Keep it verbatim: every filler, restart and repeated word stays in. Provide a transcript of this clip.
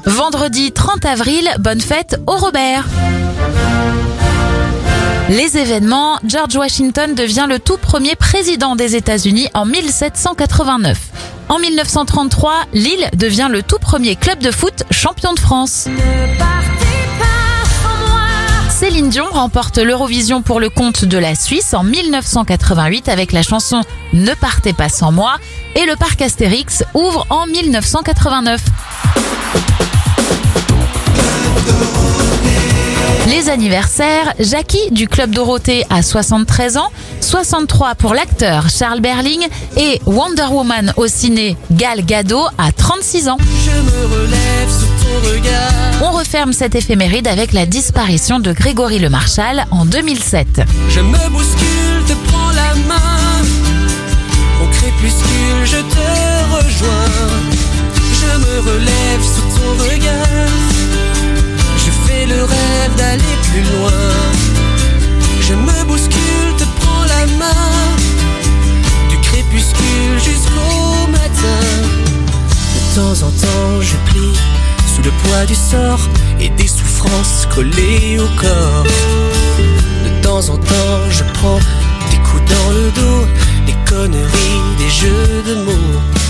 Vendredi trente avril, bonne fête au Robert. Les événements, George Washington devient le tout premier président des États-Unis en mille sept cent quatre-vingt-neuf. En mille neuf cent trente-trois, Lille devient le tout premier club de foot champion de France. Céline Dion remporte l'Eurovision pour le compte de la Suisse en mille neuf cent quatre-vingt-huit avec la chanson « Ne partez pas sans moi » et le parc Astérix ouvre en mille neuf cent quatre-vingt-neuf. Les anniversaires, Jackie du Club Dorothée à soixante-treize ans, soixante-trois pour l'acteur Charles Berling et Wonder Woman au ciné Gal Gadot à trente-six ans. Je me relève sous ton regard. On referme cette éphéméride avec la disparition de Grégory Le Marchal en deux mille sept. Je me bouscule, te prends la main. Au crépuscule, je te rejoins. Je me relève sous ton regard. Je fais le rêve d'aller plus loin. Je me bouscule, te prends la main. Du crépuscule jusqu'au matin. De temps en temps, je plie sous le poids du sort et des souffrances collées au corps. De temps en temps, je prends des coups dans le dos, des conneries, des jeux de mots.